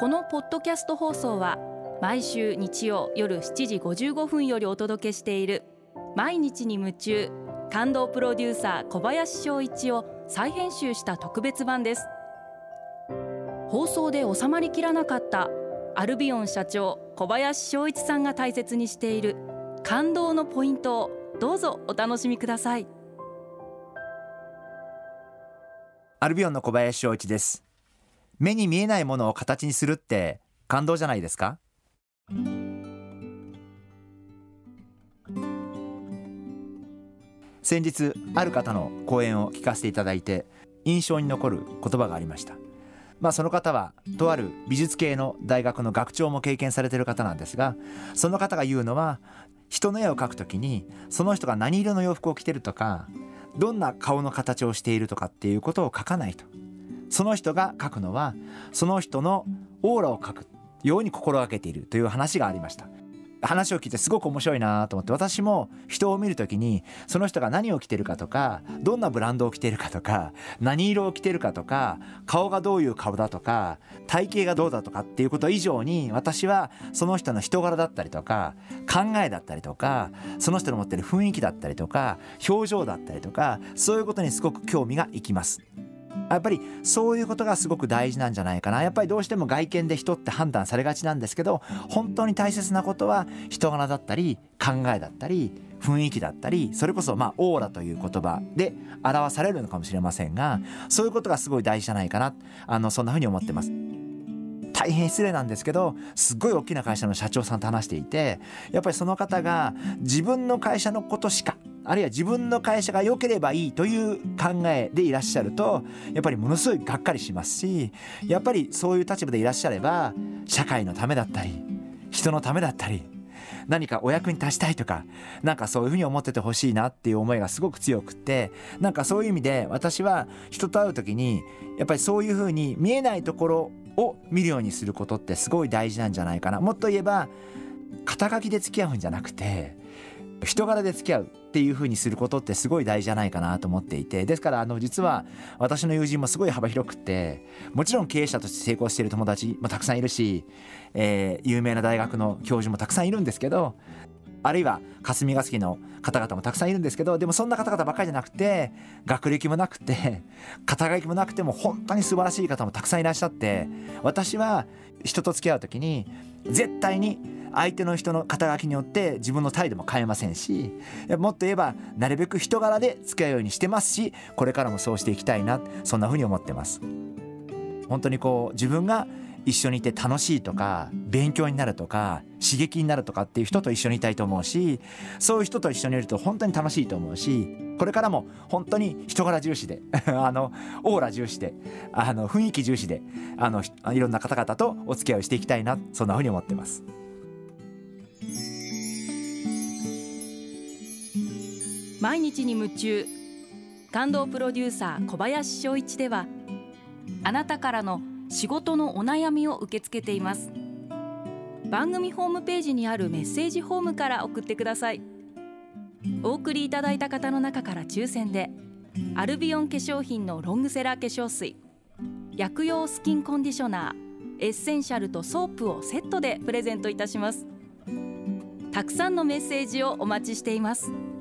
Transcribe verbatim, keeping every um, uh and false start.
このポッドキャスト放送は毎週日曜夜しちじごじゅうごふんよりお届けしている毎日に夢中感動プロデューサー小林翔一を再編集した特別版です。放送で収まりきらなかったアルビオン社長小林翔一さんが大切にしている感動のポイントをどうぞお楽しみください。 アルビオンの小林翔一です。目に見えないものを形にするって感動じゃないですか？先日ある方の講演を聞かせていただいて印象に残る言葉がありました。まあ、その方はとある美術系の大学の学長も経験されている方なんですが、その方が言うのは、人の絵を描くときにその人が何色の洋服を着てるとかどんな顔の形をしているとかっていうことを描かないと、その人が描くのはその人のオーラを描くように心がけているという話がありました。話を聞いてすごく面白いなと思って、私も人を見るときにその人が何を着てるかとかどんなブランドを着てるかとか何色を着てるかとか顔がどういう顔だとか体型がどうだとかっていうこと以上に、私はその人の人柄だったりとか考えだったりとかその人の持ってる雰囲気だったりとか表情だったりとか、そういうことにすごく興味がいきます。やっぱりそういうことがすごく大事なんじゃないかな。やっぱりどうしても外見で人って判断されがちなんですけど、本当に大切なことは人柄だったり考えだったり雰囲気だったり、それこそまあオーラという言葉で表されるのかもしれませんが、そういうことがすごい大事じゃないかな、あのそんなふうに思ってます。大変失礼なんですけど、すっごい大きな会社の社長さんと話していて、やっぱりその方が自分の会社のことしか、あるいは自分の会社が良ければいいという考えでいらっしゃると、やっぱりものすごいがっかりしますし、やっぱりそういう立場でいらっしゃれば社会のためだったり人のためだったり何かお役に立ちたいとか、なんかそういうふうに思っててほしいなっていう思いがすごく強くって、なんかそういう意味で私は人と会う時にやっぱりそういうふうに見えないところを見るようにすることってすごい大事なんじゃないかな。もっと言えば肩書きで付き合うんじゃなくて人柄で付き合うっていう風にすることってすごい大事じゃないかなと思っていて、ですからあの実は私の友人もすごい幅広くって、もちろん経営者として成功している友達もたくさんいるし、えー、有名な大学の教授もたくさんいるんですけど、あるいは霞が関の方々もたくさんいるんですけど、でもそんな方々ばっかりじゃなくて、学歴もなくて肩書きもなくても本当に素晴らしい方もたくさんいらっしゃって、私は人と付き合う時に絶対に相手の人の肩書きによって自分の態度も変えませんし、もっと言えばなるべく人柄で付き合うようにしてますし、これからもそうしていきたいな、そんな風に思ってます。本当にこう自分が一緒にいて楽しいとか勉強になるとか刺激になるとかっていう人と一緒にいたいと思うし、そういう人と一緒にいると本当に楽しいと思うし、これからも本当に人柄重視であのオーラ重視であの雰囲気重視であのいろんな方々とお付き合いをしていきたいな、そんな風に思ってます。 毎日に夢中感動プロデューサー小林翔一では、あなたからの仕事のお悩みを受け付けています。番組ホームページにあるメッセージフォームから送ってください。お送りいただいた方の中から抽選でアルビオン化粧品のロングセラー化粧水、薬用スキンコンディショナー、エッセンシャルとソープをセットでプレゼントいたします。たくさんのメッセージをお待ちしています。